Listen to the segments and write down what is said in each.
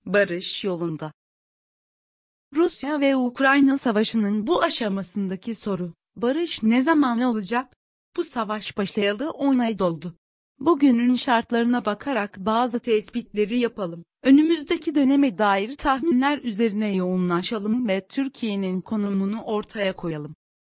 barış yolunda. Rusya ve Ukrayna savaşının bu aşamasındaki soru, barış ne zaman olacak? Bu savaş başlayalı 10 ay doldu. Bugünün şartlarına bakarak bazı tespitleri yapalım. Önümüzdeki döneme dair tahminler üzerine yoğunlaşalım ve Türkiye'nin konumunu ortaya koyalım.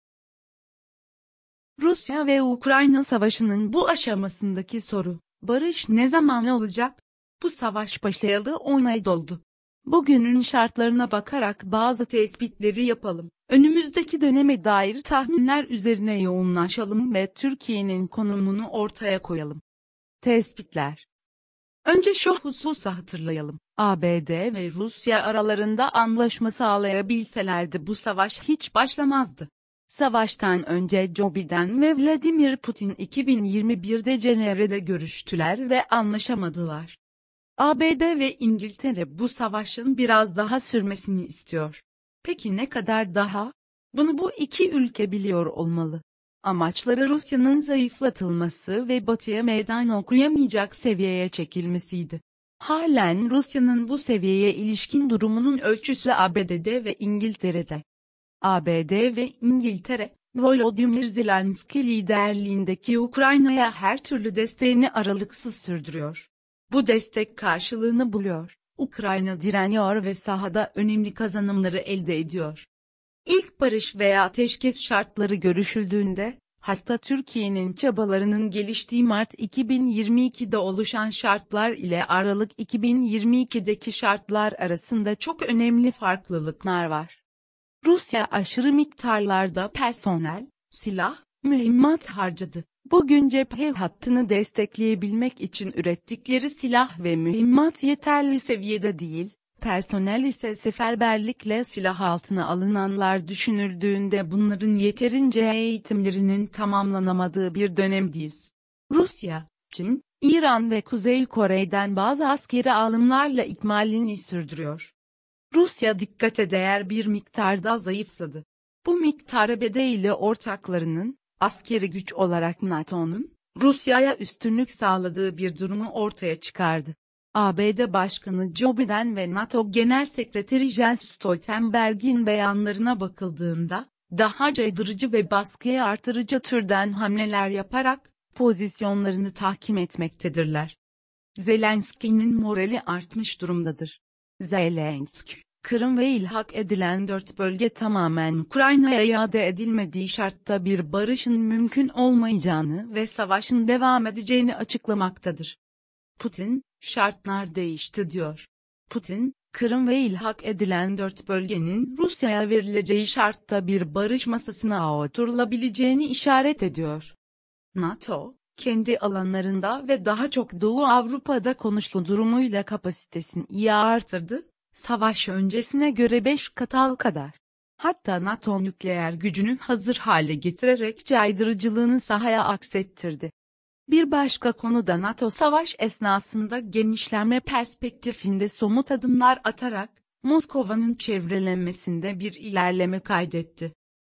Rusya ve Ukrayna savaşının bu aşamasındaki soru, barış ne zaman olacak? Bu savaş başlayalı 10 ay doldu. Bugünün şartlarına bakarak bazı tespitleri yapalım. Önümüzdeki döneme dair tahminler üzerine yoğunlaşalım ve Türkiye'nin konumunu ortaya koyalım. Tespitler. Önce şu hususu hatırlayalım. ABD ve Rusya aralarında anlaşma sağlayabilselerdi bu savaş hiç başlamazdı. Savaştan önce Joe Biden ve Vladimir Putin 2021'de Cenevre'de görüştüler ve anlaşamadılar. ABD ve İngiltere bu savaşın biraz daha sürmesini istiyor. Peki ne kadar daha? Bunu bu iki ülke biliyor olmalı. Amaçları Rusya'nın zayıflatılması ve Batı'ya meydan okuyamayacak seviyeye çekilmesiydi. Halen Rusya'nın bu seviyeye ilişkin durumunun ölçüsü ABD'de ve İngiltere'de. ABD ve İngiltere, Volodymyr Zelenski liderliğindeki Ukrayna'ya her türlü desteğini aralıksız sürdürüyor. Bu destek karşılığını buluyor. Ukrayna direniyor ve sahada önemli kazanımları elde ediyor. İlk barış veya ateşkes şartları görüşüldüğünde, hatta Türkiye'nin çabalarının geliştiği Mart 2022'de oluşan şartlar ile Aralık 2022'deki şartlar arasında çok önemli farklılıklar var. Rusya aşırı miktarlarda personel, silah, mühimmat harcadı. Bugün cephe hattını destekleyebilmek için ürettikleri silah ve mühimmat yeterli seviyede değil, personel ise seferberlikle silah altına alınanlar düşünüldüğünde bunların yeterince eğitimlerinin tamamlanamadığı bir dönemdeyiz. Rusya, Çin, İran ve Kuzey Kore'den bazı askeri alımlarla ikmalini sürdürüyor. Rusya dikkate değer bir miktarda zayıfladı. Bu miktar ABD ile ortaklarının, askeri güç olarak NATO'nun, Rusya'ya üstünlük sağladığı bir durumu ortaya çıkardı. ABD Başkanı Joe Biden ve NATO Genel Sekreteri Jens Stoltenberg'in beyanlarına bakıldığında, daha caydırıcı ve baskıyı artırıcı türden hamleler yaparak, pozisyonlarını tahkim etmektedirler. Zelenski'nin morali artmış durumdadır. Zelenski, Kırım ve ilhak edilen 4 bölge tamamen Ukrayna'ya iade edilmediği şartta bir barışın mümkün olmayacağını ve savaşın devam edeceğini açıklamaktadır. Putin, şartlar değişti diyor. Putin, Kırım ve ilhak edilen 4 bölgenin Rusya'ya verileceği şartta bir barış masasına oturulabileceğini işaret ediyor. NATO, kendi alanlarında ve daha çok Doğu Avrupa'da konuşlu durumuyla kapasitesini iyi artırdı, savaş öncesine göre 5 kat kadar. Hatta NATO nükleer gücünü hazır hale getirerek caydırıcılığını sahaya aksettirdi. Bir başka konuda NATO savaş esnasında genişlenme perspektifinde somut adımlar atarak, Moskova'nın çevrelenmesinde bir ilerleme kaydetti.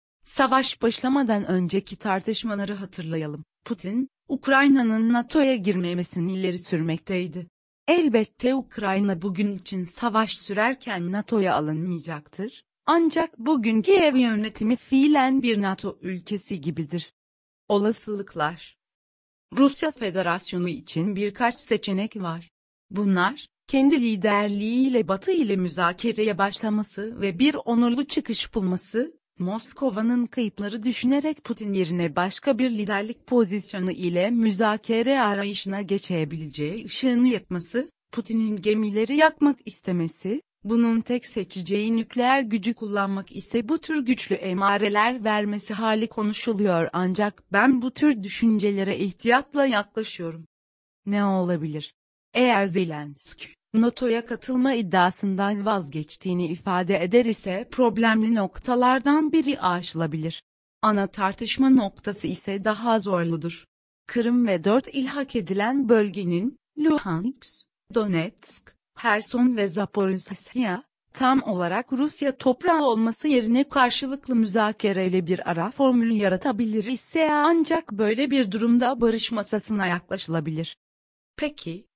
Savaş başlamadan önceki tartışmaları hatırlayalım. Putin, Ukrayna'nın NATO'ya girmemesini ileri sürmekteydi. Elbette Ukrayna bugün için savaş sürerken NATO'ya alınmayacaktır, ancak bugün Kiev yönetimi fiilen bir NATO ülkesi gibidir. Olasılıklar. Rusya Federasyonu için birkaç seçenek var. Bunlar, kendi liderliğiyle Batı ile müzakereye başlaması ve bir onurlu çıkış bulması, Moskova'nın kayıpları düşünerek Putin yerine başka bir liderlik pozisyonu ile müzakere arayışına geçebileceği ışığını yakması, Putin'in gemileri yakmak istemesi, bunun tek seçeceği nükleer gücü kullanmak ise bu tür güçlü emareler vermesi hali konuşuluyor ancak ben bu tür düşüncelere ihtiyatla yaklaşıyorum. Ne olabilir? Eğer Zelenski, NATO'ya katılma iddiasından vazgeçtiğini ifade eder ise problemli noktalardan biri aşılabilir. Ana tartışma noktası ise daha zorludur. Kırım ve 4 ilhak edilen bölgenin, Luhansk, Donetsk, Herson ve Zaporizhzhia, tam olarak Rusya toprağı olması yerine karşılıklı müzakereyle bir ara formülü yaratabilir ise ancak böyle bir durumda barış masasına yaklaşılabilir. Peki,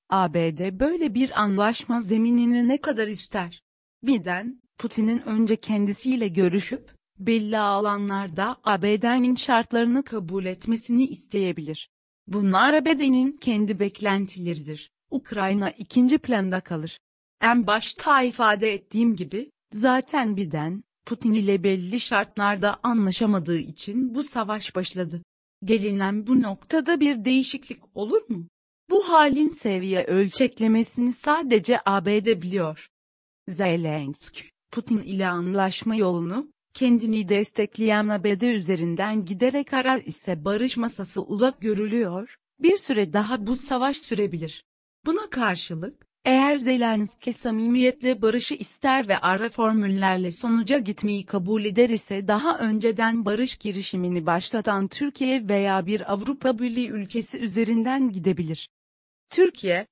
ABD böyle bir anlaşma zeminini ne kadar ister? Biden, Putin'in önce kendisiyle görüşüp, belli alanlarda ABD'nin şartlarını kabul etmesini isteyebilir. Bunlar ABD'nin kendi beklentileridir. Ukrayna ikinci planda kalır. En başta ifade ettiğim gibi, zaten Biden, Putin ile belli şartlarda anlaşamadığı için bu savaş başladı. Gelinen bu noktada bir değişiklik olur mu? Bu halin seviye ölçeklemesini sadece ABD biliyor. Zelenski, Putin ile anlaşma yolunu, kendini destekleyen ABD üzerinden giderek arar ise barış masası uzak görülüyor, bir süre daha bu savaş sürebilir. Buna karşılık, eğer Zelenski samimiyetle barışı ister ve ara formüllerle sonuca gitmeyi kabul eder ise daha önceden barış girişimini başlatan Türkiye veya bir Avrupa Birliği ülkesi üzerinden gidebilir. Türkiye,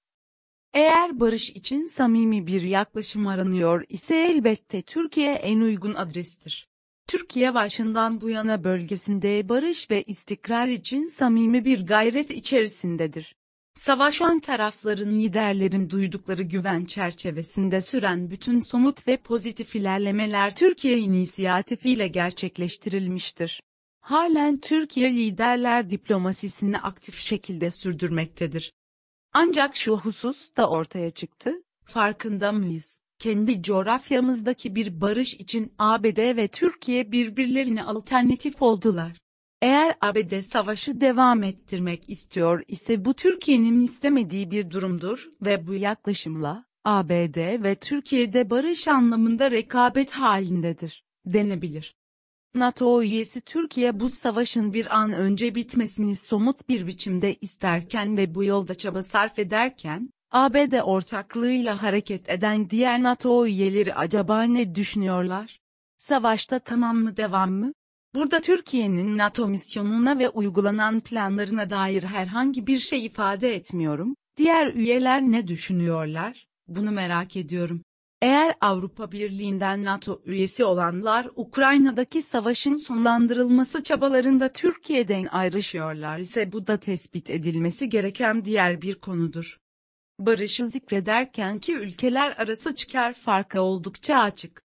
eğer barış için samimi bir yaklaşım aranıyor ise elbette Türkiye en uygun adrestir. Türkiye başından bu yana bölgesinde barış ve istikrar için samimi bir gayret içerisindedir. Savaşan tarafların liderlerin duydukları güven çerçevesinde süren bütün somut ve pozitif ilerlemeler Türkiye inisiyatifiyle gerçekleştirilmiştir. Halen Türkiye liderler diplomasisini aktif şekilde sürdürmektedir. Ancak şu husus da ortaya çıktı, farkında mıyız? Kendi coğrafyamızdaki bir barış için ABD ve Türkiye birbirlerine alternatif oldular. Eğer ABD savaşı devam ettirmek istiyor ise bu Türkiye'nin istemediği bir durumdur ve bu yaklaşımla, ABD ve Türkiye'de barış anlamında rekabet halindedir, denebilir. NATO üyesi Türkiye bu savaşın bir an önce bitmesini somut bir biçimde isterken ve bu yolda çaba sarf ederken, ABD ortaklığıyla hareket eden diğer NATO üyeleri acaba ne düşünüyorlar? Savaşta tamam mı devam mı? Burada Türkiye'nin NATO misyonuna ve uygulanan planlarına dair herhangi bir şey ifade etmiyorum. Diğer üyeler ne düşünüyorlar? Bunu merak ediyorum. Eğer Avrupa Birliği'nden NATO üyesi olanlar Ukrayna'daki savaşın sonlandırılması çabalarında Türkiye'den ayrışıyorlar ise bu da tespit edilmesi gereken diğer bir konudur. Barışı zikrederken ki ülkeler arası çıkar farkı oldukça açık.